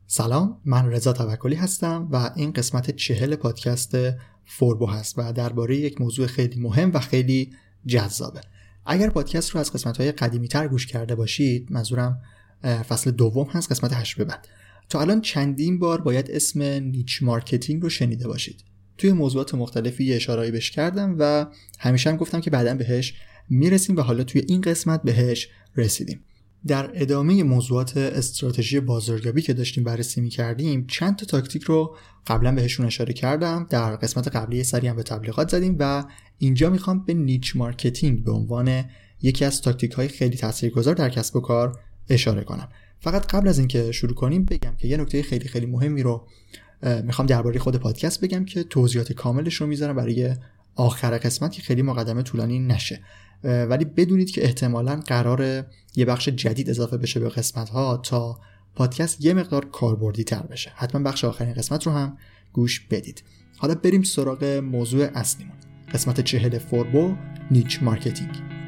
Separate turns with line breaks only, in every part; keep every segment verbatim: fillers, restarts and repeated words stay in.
سلام، من رضا توکلی هستم و این قسمت چهل پادکست فوربو هست و درباره یک موضوع خیلی مهم و خیلی جذابه. اگر پادکست رو از قسمت‌های قدیمی‌تر گوش کرده باشید، منظورم فصل دوم هست، قسمت هشت به بعد، تا الان چندین بار باید اسم نیچ مارکتینگ رو شنیده باشید. توی موضوعات مختلفی یه اشاره‌ای بهش کردم و همیشه هم گفتم که بعداً بهش میرسیم و حالا توی این قسمت بهش رسیدیم. در ادامه موضوعات استراتژی بازاریابی که داشتیم بررسی می‌کردیم، چند تا تاکتیک رو قبلا بهشون اشاره کردم. در قسمت قبلی سری هم به تبلیغات زدیم و اینجا میخوام به نیچ مارکتینگ به عنوان یکی از تاکتیک‌های خیلی تاثیرگذار در کسب و کار اشاره کنم. فقط قبل از اینکه شروع کنیم بگم که یه نکته خیلی خیلی مهمی رو میخوام درباره خود پادکست بگم که توضیحات کاملش رو میذارم برای آخر قسمت که خیلی مقدمه طولانی نشه، ولی بدونید که احتمالاً قراره یه بخش جدید اضافه بشه به قسمت‌ها تا پادکست یه مقدار کاربردی تر بشه. حتما بخش آخرین قسمت رو هم گوش بدید. حالا بریم سراغ موضوع اصلیمون، قسمت چهل فوربو، نیچ مارکتینگ.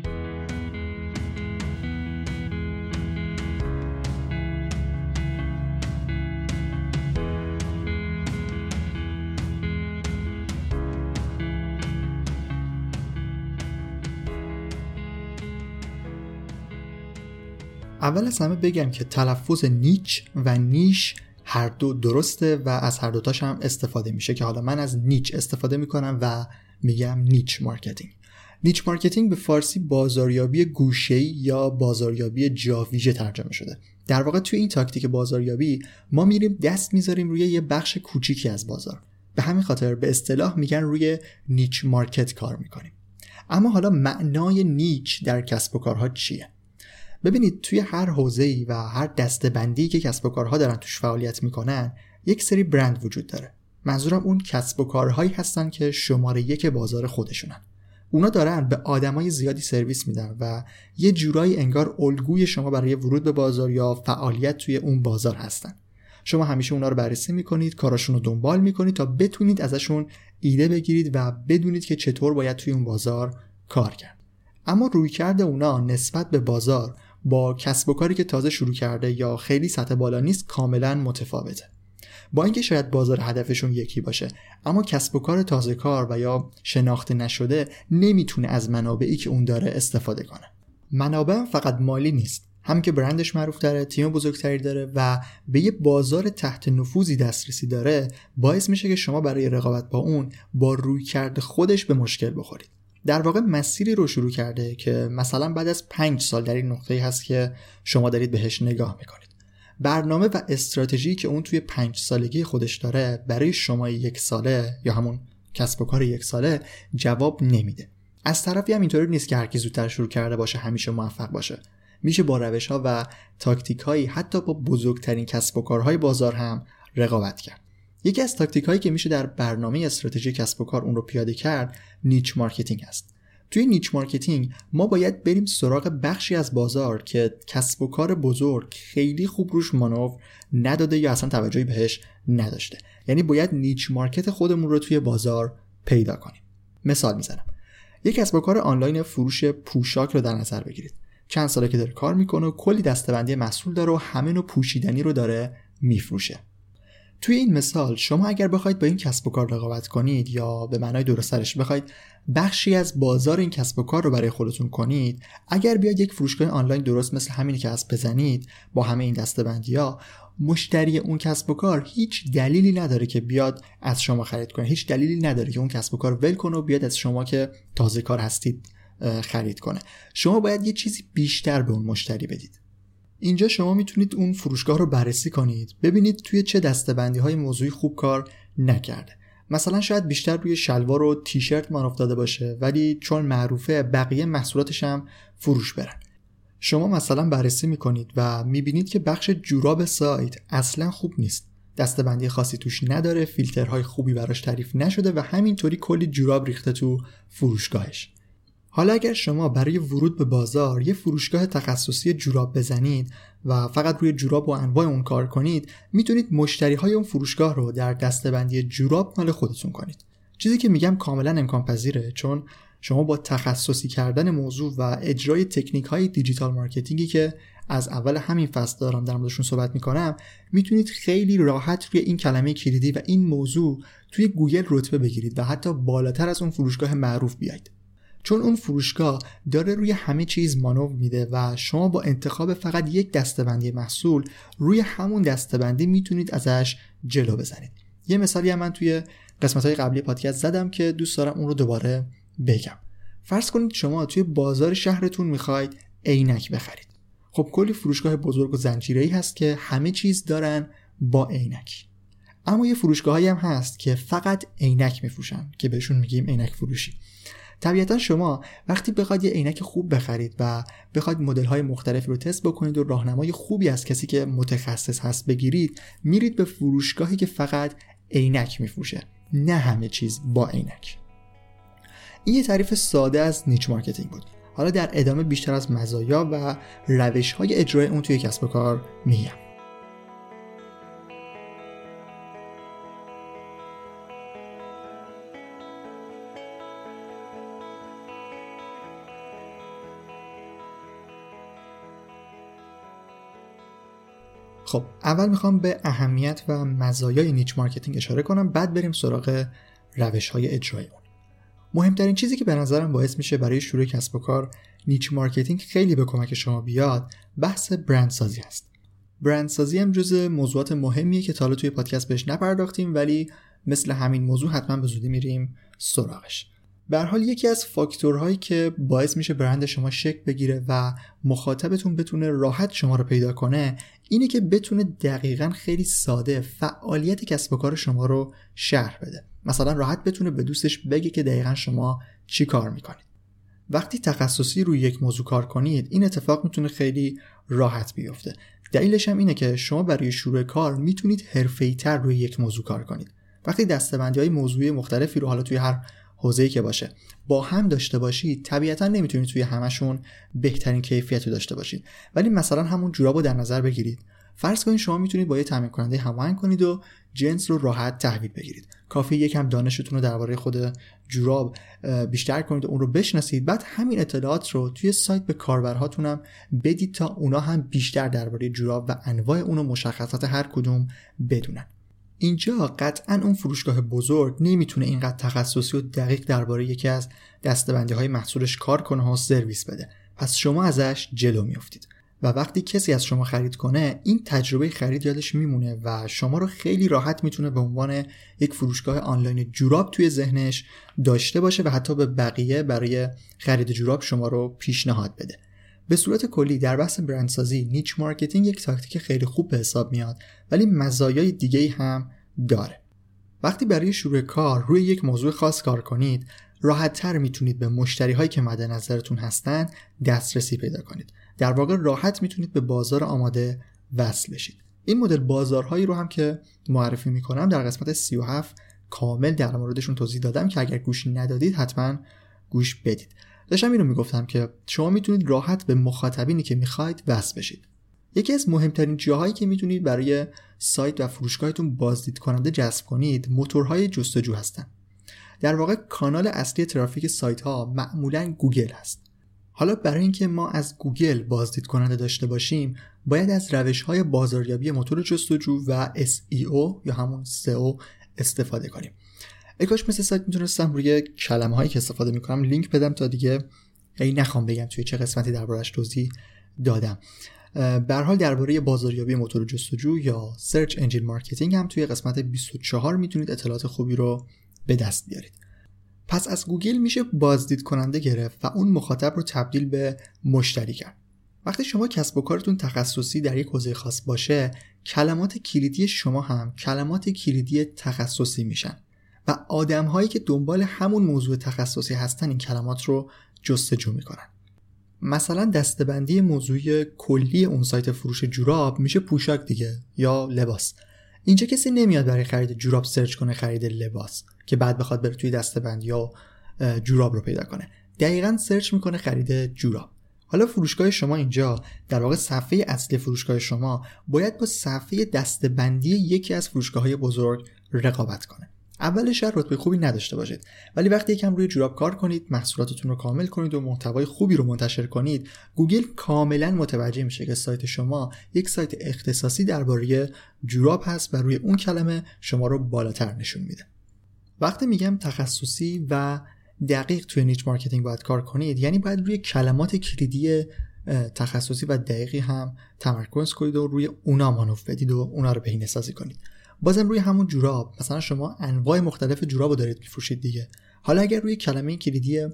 اول از همه بگم که تلفظ نیچ و نیش هر دو درسته و از هر دوتاش هم استفاده میشه که حالا من از نیچ استفاده میکنم و میگم نیچ مارکتینگ. نیچ مارکتینگ به فارسی بازاریابی گوشه‌ای یا بازاریابی جاویژه ترجمه شده. در واقع توی این تاکتیک بازاریابی ما میریم دست میذاریم روی یه بخش کوچیکی از بازار. به همین خاطر به اصطلاح میگن روی نیچ مارکت کار میکنیم. اما حالا معنای نیچ در کسب و کارها چیه؟ ببینید، توی هر حوزه‌ای و هر دسته‌بندی که کسب و کارها دارن توش فعالیت میکنن یک سری برند وجود داره. منظورم اون کسب و کارهایی هستن که شماره یک بازار خودشونن. اونا دارن به آدمای زیادی سرویس میدن و یه جورایی انگار الگوی شما برای ورود به بازار یا فعالیت توی اون بازار هستن. شما همیشه اونا رو بررسی میکنید، کاراشون رو دنبال میکنید تا بتونید ازشون ایده بگیرید و بدونید که چطور باید توی اون بازار کار کرد. اما رویکرد اونا نسبت به بازار با کسب و کاری که تازه شروع کرده یا خیلی سطح بالا نیست کاملا متفاوته. با اینکه شاید بازار هدفشون یکی باشه، اما کسب و کار تازه کار و یا شناخته نشده نمیتونه از منابعی که اون داره استفاده کنه. منابع فقط مالی نیست، هم که برندش معروف داره، تیم بزرگتری داره و به یه بازار تحت نفوذی دسترسی داره، باعث میشه که شما برای رقابت با اون با رویکرد خودش به مشکل بخورید. در واقع مسیری رو شروع کرده که مثلا بعد از پنج سال در این نقطه‌ای هست که شما دارید بهش نگاه میکنید. برنامه و استراتژی که اون توی پنج سالگی خودش داره برای شما یک ساله یا همون کسب و کار یک ساله جواب نمیده. از طرفی هم اینطوری نیست که هر کی زودتر شروع کرده باشه همیشه موفق باشه. میشه با روش‌ها و تاکتیک‌هایی حتی با بزرگترین کسب و کارهای بازار هم رقابت کرد. یکی از تاکتیک‌هایی که میشه در برنامه استراتژی کسب و کار اون رو پیاده کرد نیچ مارکتینگ است. توی نیچ مارکتینگ ما باید بریم سراغ بخشی از بازار که کسب و کار بزرگ خیلی خوب روش مانور نداده یا اصلا توجهی بهش نداشته. یعنی باید نیچ مارکت خودمون رو توی بازار پیدا کنیم. مثال میزنم. یک کسب و کار آنلاین فروش پوشاک رو در نظر بگیرید. چند ساله که داره کار میکنه و کلی دسته‌بندی محصول داره و همه نوع پوشیدنی رو داره میفروشه. توی این مثال شما اگر بخواید با این کسب و کار رقابت کنید یا به معنای درست‌ترش بخواید بخشی از بازار این کسب و کار رو برای خودتون کنید، اگر بیاید یک فروشگاه آنلاین درست مثل همینی که اسب بزنید با همه این دسته‌بندی‌ها، مشتری اون کسب و کار هیچ دلیلی نداره که بیاد از شما خرید کنه. هیچ دلیلی نداره که اون کسب و کار ول کنه و بیاد از شما که تازه کار هستید خرید کنه. شما باید یه چیزی بیشتر به اون مشتری بدید. اینجا شما میتونید اون فروشگاه رو بررسی کنید، ببینید توی چه دسته‌بندی‌های موضوعی خوب کار نکرده. مثلا شاید بیشتر روی شلوار و تیشرت مان افتاده باشه، ولی چون معروفه بقیه محصولاتش هم فروش برن. شما مثلا بررسی میکنید و میبینید که بخش جوراب سایت اصلا خوب نیست. دسته‌بندی خاصی توش نداره، فیلترهای خوبی براش تعریف نشده و همینطوری کلی جوراب ریخته تو فروشگاهش. حالا اگر شما برای ورود به بازار یه فروشگاه تخصصی جوراب بزنید و فقط روی جوراب و انواع اون کار کنید، میتونید مشتریهای اون فروشگاه رو در دسته‌بندی جوراب مال خودتون کنید. چیزی که میگم کاملا امکان پذیره، چون شما با تخصصی کردن موضوع و اجرای تکنیک‌های دیجیتال مارکتینگی که از اول همین فصل دارم در موردشون صحبت میکنم، میتونید خیلی راحت روی این کلمه کلیدی و این موضوع توی گوگل رتبه بگیرید و حتی بالاتر از اون فروشگاه معروف بیاید. چون اون فروشگاه داره روی همه چیز مانور میده و شما با انتخاب فقط یک دسته‌بندی محصول روی همون دسته‌بندی میتونید ازش جلو بزنید. یه مثالی هم من توی قسمت‌های قبلی پادکست زدم که دوست دارم اون رو دوباره بگم. فرض کنید شما توی بازار شهرتون میخواید عینک بخرید. خب کلی فروشگاه بزرگ و زنجیره‌ای هست که همه چیز دارن با عینک. اما یه فروشگاهایی هم هست که فقط عینک میفروشن که بهشون میگیم عینک فروشی. طبیعتا شما وقتی بخواید یه عینک خوب بخرید و بخواید مدل‌های مختلفی رو تست بکنید و راهنمای خوبی از کسی که متخصص هست بگیرید، میرید به فروشگاهی که فقط عینک میفروشه، نه همه چیز با عینک. این یه تعریف ساده از نیچ مارکتینگ بود. حالا در ادامه بیشتر از مزایا و روش‌های اجرای اون توی کسب و کار میگم. خب اول میخوام به اهمیت و مزایای نیچ مارکتینگ اشاره کنم، بعد بریم سراغ روش‌های اجرای اون. مهمترین چیزی که به نظرم باعث میشه برای شروع کسب و کار نیچ مارکتینگ خیلی به کمک شما بیاد، بحث برندسازی هست. برندسازی هم جزء موضوعات مهمیه که تا حالا توی پادکست بهش نپرداختیم، ولی مثل همین موضوع حتما به زودی میریم سراغش. به هر حال یکی از فاکتورهایی که باعث میشه برند شما شکل بگیره و مخاطبتون بتونه راحت شما رو پیدا کنه، اینه که بتونه دقیقاً خیلی ساده فعالیت کسب و کار شما رو شرح بده. مثلا راحت بتونه به دوستش بگه که دقیقاً شما چی کار میکنید. وقتی تخصصی روی یک موضوع کار کنید، این اتفاق میتونه خیلی راحت بیفته. دلیلش هم اینه که شما برای شروع کار میتونید حرفه‌ای‌تر روی یک موضوع کار کنید. وقتی دسته‌بندی‌های موضوعی مختلفی رو حالا توی هر حوزه‌ای که باشه با هم داشته باشید، طبیعتا نمیتونید توی همشون بهترین کیفیت رو داشته باشید. ولی مثلا همون جوراب رو در نظر بگیرید. فرض کنید شما میتونید با یه تامین کننده هماهنگ کنید و جنس رو راحت تحویل بگیرید. کافیه یکم دانشتون رو درباره خود جوراب بیشتر کنید و اون رو بشناسید، بعد همین اطلاعات رو توی سایت به کاربرهاتون هم بدید تا اونا هم بیشتر درباره جوراب و انواع اون و مشخصات هر کدوم بدونن. اینجا قطعاً اون فروشگاه بزرگ نمیتونه اینقدر تخصصی و دقیق درباره یکی از دسته‌بندی‌های محصولش کار کنه و سرویس بده. پس شما ازش جلو میافتید و وقتی کسی از شما خرید کنه، این تجربه خرید یادش میمونه و شما رو خیلی راحت میتونه به عنوان یک فروشگاه آنلاین جوراب توی ذهنش داشته باشه و حتی به بقیه برای خرید جوراب شما رو پیشنهاد بده. به صورت کلی در بحث برندسازی نیچ مارکتینگ یک تاکتیک خیلی خوب به حساب میاد، ولی مزایای دیگه‌ای هم داره. وقتی برای شروع کار روی یک موضوع خاص کار کنید، راحت‌تر میتونید به مشتری‌هایی که مد نظرتون هستن دسترسی پیدا کنید. در واقع راحت میتونید به بازار آماده وصل بشید. این مدل بازارهایی رو هم که معرفی میکنم در قسمت سی و هفت کامل در موردشون توضیح دادم که اگر گوش ندادید حتما گوش بدید. داشتم اینو میگفتم که شما میتونید راحت به مخاطبینی که میخواید وصل بشید. یکی از مهمترین جاهایی که میتونید برای سایت و فروشگاهتون بازدید کننده جذب کنید موتورهای جستجو هستن. در واقع کانال اصلی ترافیک سایت ها معمولاً گوگل هست. حالا برای اینکه ما از گوگل بازدید کننده داشته باشیم، باید از روش‌های بازاریابی موتور جستجو و اس ای او یا همون سئو استفاده کنیم. ای کاش مثل سایت میتونستم روی کلمه‌هایی که استفاده میکنم لینک بدم تا دیگه ای نخوام بگم توی چه قسمتی درباره‌اش توضیح دادم. به هر حال درباره بازاریابی موتور جستجو یا سرچ انجین مارکتینگ هم توی قسمت بیست و چهار میتونید اطلاعات خوبی رو به دست بیارید. پس از گوگل میشه بازدید کننده گرفت و اون مخاطب رو تبدیل به مشتری کرد. وقتی شما کسب و کارتون تخصصی در یک حوزه خاص باشه، کلمات کلیدی شما هم کلمات کلیدی تخصصی میشن و آدم‌هایی که دنبال همون موضوع تخصصی هستن این کلمات رو جستجو میکنن. مثلا دسته‌بندی موضوعی کلی اون سایت فروش جوراب میشه پوشاک دیگه یا لباس. اینجا کسی نمیاد برای خرید جوراب سرچ کنه خرید لباس که بعد بخواد بره توی دسته‌بندی یا جوراب رو پیدا کنه. دقیقاً سرچ میکنه خرید جوراب. حالا فروشگاه شما اینجا در واقع صفحه اصلی فروشگاه شما باید با صفحه دسته‌بندی یکی از فروشگاه‌های بزرگ رقابت کنه. اولش شاید رتبه خوبی نداشته باشید، ولی وقتی یکم روی جوراب کار کنید، محصولاتتون رو کامل کنید و محتوای خوبی رو منتشر کنید، گوگل کاملا متوجه میشه که سایت شما یک سایت اختصاصی درباره جوراب هست و روی اون کلمه شما رو بالاتر نشون میده. وقتی میگم تخصصی و دقیق توی نیچ مارکتینگ باید کار کنید، یعنی باید روی کلمات کلیدی تخصصی و دقیقی هم تمرکز کنید و روی اونا مانور بدید و اونا رو بهینه‌سازی کنید. بازم روی همون جوراب، مثلا شما انواع مختلف جوراب رو دارید میفروشید دیگه. حالا اگر روی کلمه کلیدی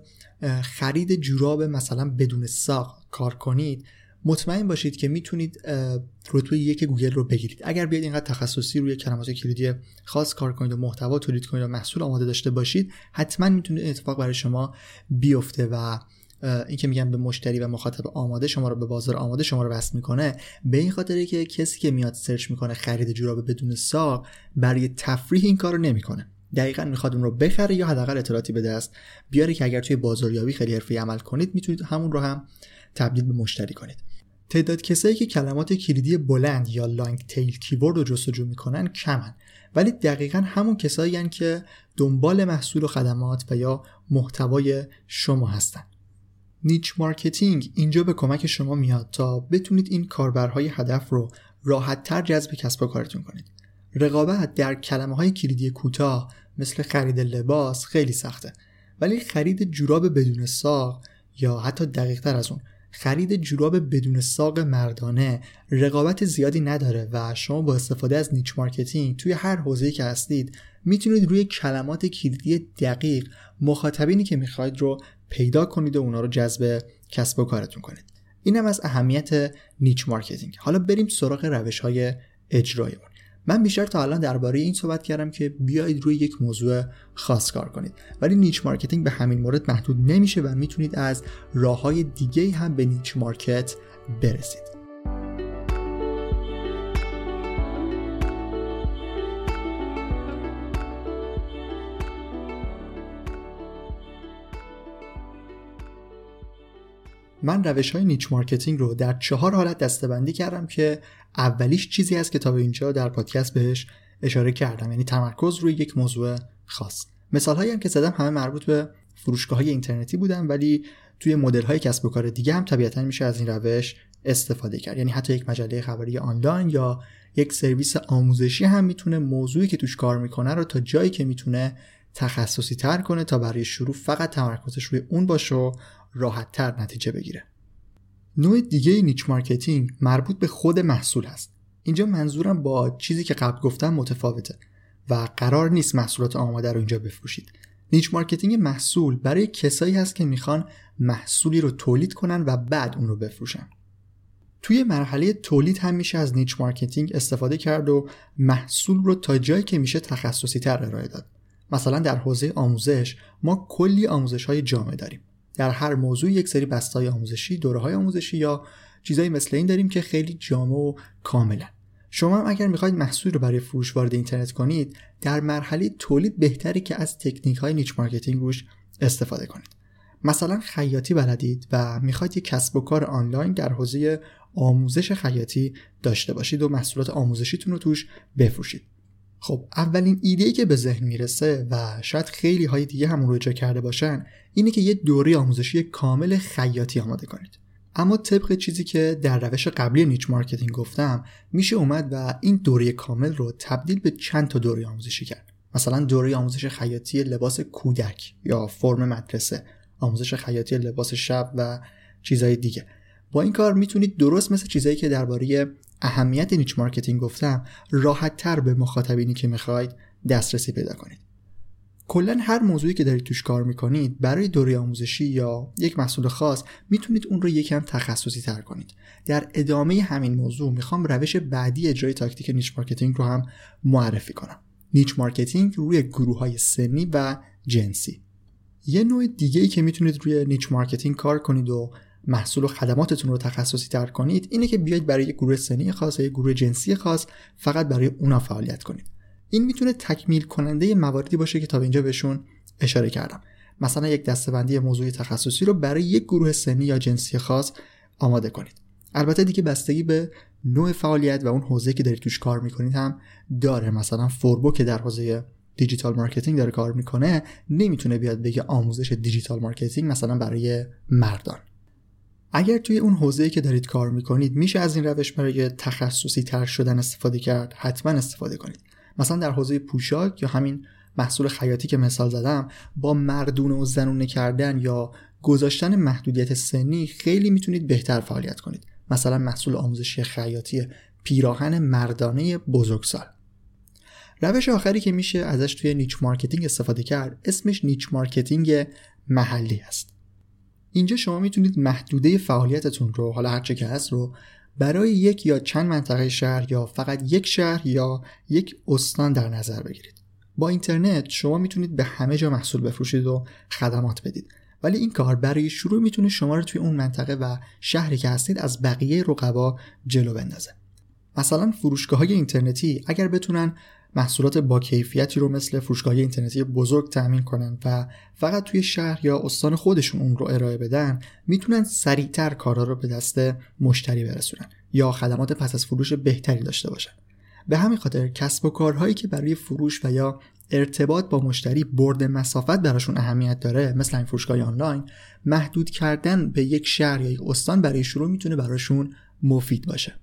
خرید جوراب مثلا بدون ساق کار کنید، مطمئن باشید که میتونید رتبه یک گوگل رو بگیرید. اگر بیاید اینقدر تخصصی روی کلمات کلیدی خاص کار کنید و محتوا تولید کنید و محصول آماده داشته باشید، حتما میتونه اتفاق برای شما بیفته و این که میگم به مشتری و مخاطب آماده شما رو، به بازار آماده شما رو وصل میکنه، به این خاطره که کسی که میاد سرچ میکنه خرید جوراب بدون ساق، برای تفریح این کارو نمیکنه. دقیقاً میخواد اون رو بخره یا حداقل اطلاعاتی به دست بیاره که اگر توی بازاریابی خیلی حرفه‌ای عمل کنید، میتونید همون رو هم تبدیل به مشتری کنید. تعداد کسایی که کلمات کلیدی بلند یا لانگ تیل کیورد رو جستجو میکنن کمن، ولی دقیقاً همون کسایی هستن که دنبال محصول و خدمات و یا محتوای شما هستن. نیچ مارکتینگ اینجا به کمک شما میاد تا بتونید این کاربرهای هدف رو راحت‌تر جذب کسب و کارتون کنید. رقابت در کلمه‌های کلیدی کوتاه مثل خرید لباس خیلی سخته، ولی خرید جوراب بدون ساق یا حتی دقیق‌تر از اون، خرید جوراب بدون ساق مردانه رقابت زیادی نداره و شما با استفاده از نیچ مارکتینگ توی هر حوزه‌ای که هستید میتونید روی کلمات کلیدی دقیق مخاطبینی که میخواید رو پیدا کنید و اونا رو جذب کسب و کارتون کنید. اینم از اهمیت نیچ مارکتینگ. حالا بریم سراغ روش‌های اجرایی اون. من بیشتر تا الان درباره این صحبت کردم که بیایید روی یک موضوع خاص کار کنید، ولی نیچ مارکتینگ به همین مورد محدود نمیشه و میتونید از راه‌های دیگه‌ای هم به نیچ مارکت برسید. من روش‌های نیچ مارکتینگ رو در چهار حالت دسته‌بندی کردم که اولیش چیزی هست که تا به اینجا در پادکست بهش اشاره کردم، یعنی تمرکز روی یک موضوع خاص. مثال‌هایی هم که زدم همه مربوط به فروشگاه‌های اینترنتی بودن، ولی توی مدل‌های کسب و کار دیگه هم طبیعتاً میشه از این روش استفاده کرد. یعنی حتی یک مجله خبری آنلاین یا یک سرویس آموزشی هم میتونه موضوعی که توش کار میکنه رو تا جایی که میتونه تخصصی تر کنه تا برای شروع فقط تمرکزش روی اون باشه و راحت تر نتیجه بگیره. نوع دیگه نیچ مارکتینگ مربوط به خود محصول هست. اینجا منظورم با چیزی که قبل گفتم متفاوته و قرار نیست محصولات آماده رو اینجا بفروشید. نیچ مارکتینگ محصول برای کسایی هست که میخوان محصولی رو تولید کنن و بعد اون رو بفروشن. توی مرحله تولید هم میشه از نیچ مارکتینگ استفاده کرد و محصول رو تا جایی که میشه تخصصی تر ارائه داد. مثلا در حوزه آموزش ما کلی آموزش‌های جامع داریم. در هر موضوع یک سری بسته‌های آموزشی، دوره‌های آموزشی یا چیزایی مثل این داریم که خیلی جامع و کاملا. شما هم اگر میخواید محصول رو برای فروش وارد اینترنت کنید، در مرحله تولید بهتره که از تکنیک‌های نیچ مارکتینگ روش استفاده کنید. مثلا خیاطی بلدید و میخواید یک کسب و کار آنلاین در حوزه آموزش خیاطی داشته باشید و محصولات آموزشیتون رو توش بفروشید. خب اولین ایده‌ای که به ذهن میرسه و شاید خیلی های دیگه همون رو اجرا کرده باشن، اینه که یه دوره آموزشی کامل خیاطی آماده کنید. اما طبق چیزی که در روش قبلی نیچ مارکتینگ گفتم، میشه اومد و این دوره کامل رو تبدیل به چند تا دوره آموزشی کرد. مثلا دوره آموزش خیاطی لباس کودک یا فرم مدرسه، آموزش خیاطی لباس شب و چیزهای دیگه. با این کار میتونید درست مثل چیزایی که درباره اهمیت نیچ مارکتینگ گفتم، راحت تر به مخاطبینی که میخواید دسترسی پیدا کنید. کلا هر موضوعی که دارید توش کار میکنید برای دوره آموزشی یا یک محصول خاص میتونید اون رو یکم تخصصی تر کنید. در ادامه همین موضوع میخوام روش بعدی اجرای تاکتیک نیچ مارکتینگ رو هم معرفی کنم. نیچ مارکتینگ روی گروه‌های سنی و جنسی. یه نوع دیگه‌ای که میتونید روی نیچ مارکتینگ کار کنید و محصول و خدماتتون رو تخصصی تر کنید، اینه که بیاید برای یک گروه سنی خاص یا یک گروه جنسی خاص فقط برای اونا فعالیت کنید. این میتونه تکمیل کننده مواردی باشه که تا به اینجا بهشون اشاره کردم. مثلا یک دسته‌بندی موضوعی تخصصی رو برای یک گروه سنی یا جنسی خاص آماده کنید. البته دیگه بستگی به نوع فعالیت و اون حوزه‌ای که دارید توش کار میکنید هم داره. مثلا فوربو که در حوزه دیجیتال مارکتینگ داره کار میکنه نمیتونه بیاد بگه آموزش دیجیتال مارکتینگ مثلا برای مردان. اگر توی اون حوزه‌ای که دارید کار میکنید میشه از این روش برای تخصصی تر شدن استفاده کرد، حتما استفاده کنید. مثلا در حوزه پوشاک یا همین محصول خیاطی که مثال زدم، با مردونه و زنونه کردن یا گذاشتن محدودیت سنی خیلی میتونید بهتر فعالیت کنید. مثلا محصول آموزشی خیاطی پیراهن مردانه بزرگسال. روش آخری که میشه ازش توی نیچ مارکتینگ استفاده کرد اسمش نیچ مارکتینگ محلی است. اینجا شما میتونید محدوده فعالیتتون رو، حالا هر چه که هست، رو برای یک یا چند منطقه شهر یا فقط یک شهر یا یک استان در نظر بگیرید. با اینترنت شما میتونید به همه جا محصول بفروشید و خدمات بدید، ولی این کار برای شروع میتونه شما رو توی اون منطقه و شهری که هستید از بقیه رقبا جلو بندازه. مثلا فروشگاه‌های اینترنتی اگر بتونن محصولات با کیفیتی رو مثل فروشگاه‌های اینترنتی بزرگ تامین کنن و فقط توی شهر یا استان خودشون اون رو ارائه بدن، میتونن سریعتر کارا رو به دست مشتری برسونن یا خدمات پس از فروش بهتری داشته باشن. به همین خاطر کسب و کارهایی که برای فروش و یا ارتباط با مشتری برد مسافت براشون اهمیت داره، مثل این فروشگاه آنلاین، محدود کردن به یک شهر یا یک استان برای شروع میتونه براشون مفید باشه.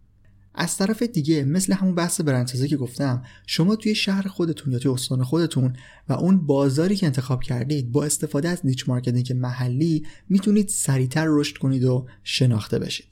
از طرف دیگه مثل همون بحث برندسازی که گفتم، شما توی شهر خودتون یا توی استان خودتون و اون بازاری که انتخاب کردید با استفاده از نیچ مارکتینگ محلی میتونید سریعتر رشد کنید و شناخته بشید.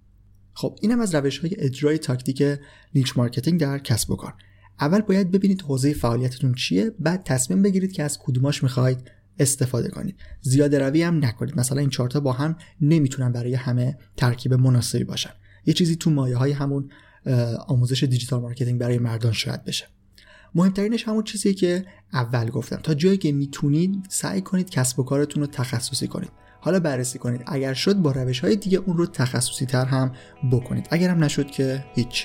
خب اینم از روش‌های اجرای تاکتیک نیچ مارکتینگ در کسب و کار. اول باید ببینید حوزه فعالیتتون چیه، بعد تصمیم بگیرید که از کدوماش میخواید استفاده کنید. زیاده روی هم نکنید. مثلا این چهار تا با هم نمیتونن برای همه ترکیب مناسبی باشن. یه چیزی تو مایه‌های همون آموزش دیجیتال مارکتینگ برای مردان شاید بشه. مهمترینش همون چیزیه که اول گفتم، تا جایی که میتونید سعی کنید کسب و کارتون رو تخصصی کنید. حالا بررسی کنید، اگر شد با روش‌های دیگه اون رو تخصصی تر هم بکنید، اگر هم نشد که هیچ.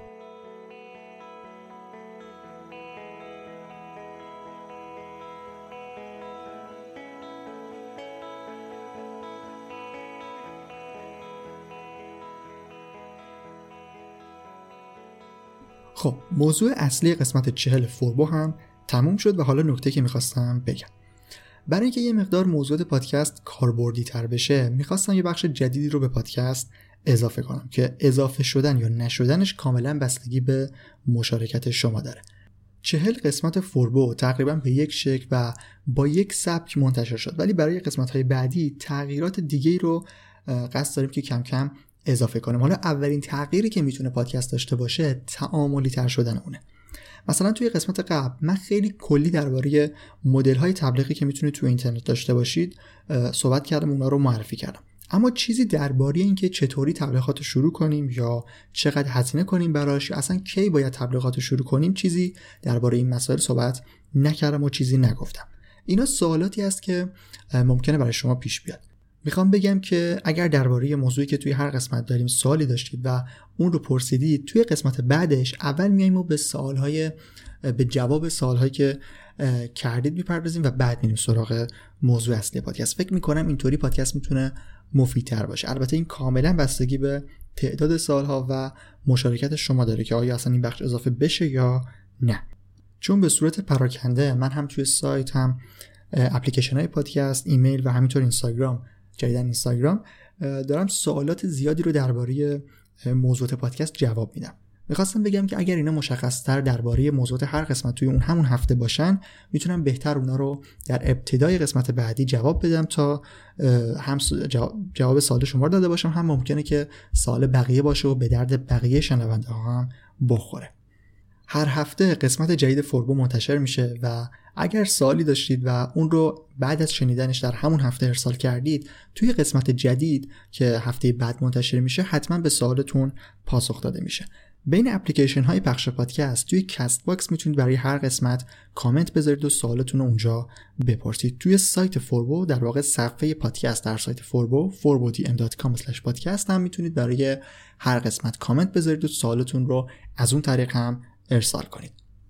خب موضوع اصلی قسمت چهل فوربو هم تموم شد و حالا نکته که میخواستم بگم. برای اینکه یه مقدار موضوع پادکست کاربردی تر بشه، میخواستم یه بخش جدیدی رو به پادکست اضافه کنم که اضافه شدن یا نشدنش کاملا بستگی به مشارکت شما داره. چهل قسمت فوربو تقریبا به یک شکل و با یک سبک منتشر شد، ولی برای قسمت‌های بعدی تغییرات دیگه‌ای رو قصد داریم که کم کم اضافه کنیم. حالا اولین تغییری که میتونه پادکست داشته باشه تعاملی تر شدن اونه. مثلا توی قسمت قبل من خیلی کلی درباره مدل‌های تبلیغی که میتونید توی اینترنت داشته باشید صحبت کردم، اونا رو معرفی کردم. اما چیزی درباره اینکه چطوری تبلیغات رو شروع کنیم یا چقدر هزینه کنیم براش یا اصلا کی باید تبلیغات رو شروع کنیم، چیزی درباره این مسائل صحبت نکردم و چیزی نگفتم. اینا سوالاتی است که ممکنه برای شما پیش بیاد. میخوام بگم که اگر درباره موضوعی که توی هر قسمت داریم سوالی داشتید و اون رو پرسیدید، توی قسمت بعدش اول میایم و به سوالهای به جواب سوالهایی که کردید میپردازیم و بعد میریم سراغ موضوع اصلی پادکست. فکر میکنم اینطوری پادکست میتونه مفیدتر باشه. البته این کاملا بستگی به تعداد سوالها و مشارکت شما داره که آیا اصلا این بخش اضافه بشه یا نه. چون به صورت پراکنده من هم توی سایت، هم اپلیکیشن های پادکست، ایمیل و همینطور اینستاگرام، جدیدن اینستاگرام دارم سوالات زیادی رو درباره موضوعات پادکست جواب میدم. میخواستم بگم که اگر اینا مشخص‌تر درباره موضوعات هر قسمت توی اون همون هفته باشن، میتونم بهتر اونا رو در ابتدای قسمت بعدی جواب بدم تا هم جواب سوال شما رو داده باشم، هم ممکنه که سوال بقیه باشه و به درد بقیه شنونده ها هم بخوره. هر هفته قسمت جدید فوربو منتشر میشه و اگر سوالی داشتید و اون رو بعد از شنیدنش در همون هفته ارسال کردید، توی قسمت جدید که هفته بعد منتشر میشه حتما به سوالتون پاسخ داده میشه. بین اپلیکیشن های پخش پادکست توی کست باکس میتونید برای هر قسمت کامنت بذارید و سوالتون رو اونجا بپرسید. توی سایت فوربو، در واقع صفحه پادکست در سایت فوربو فوربو دی ام دات کام اسلش پادکست هم میتونید برای هر قسمت کامنت بذارید و سوالتون رو از اون طریق هم ارسال کنید.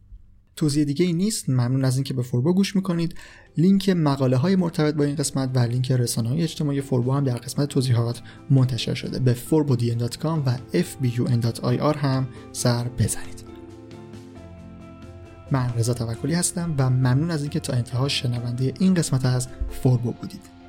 توضیح دیگه ای نیست. ممنون از اینکه به فوربو گوش میکنید. لینک مقاله های مرتبط با این قسمت و لینک رسانه‌های اجتماعی فوربو هم در قسمت توضیحات منتشر شده. به فوربو دی ام دات کام و اف بی یو ان دات آی آر هم سر بزنید. من رضا توکلی هستم و ممنون از اینکه تا انتها شنونده این قسمت از فوربو بودید.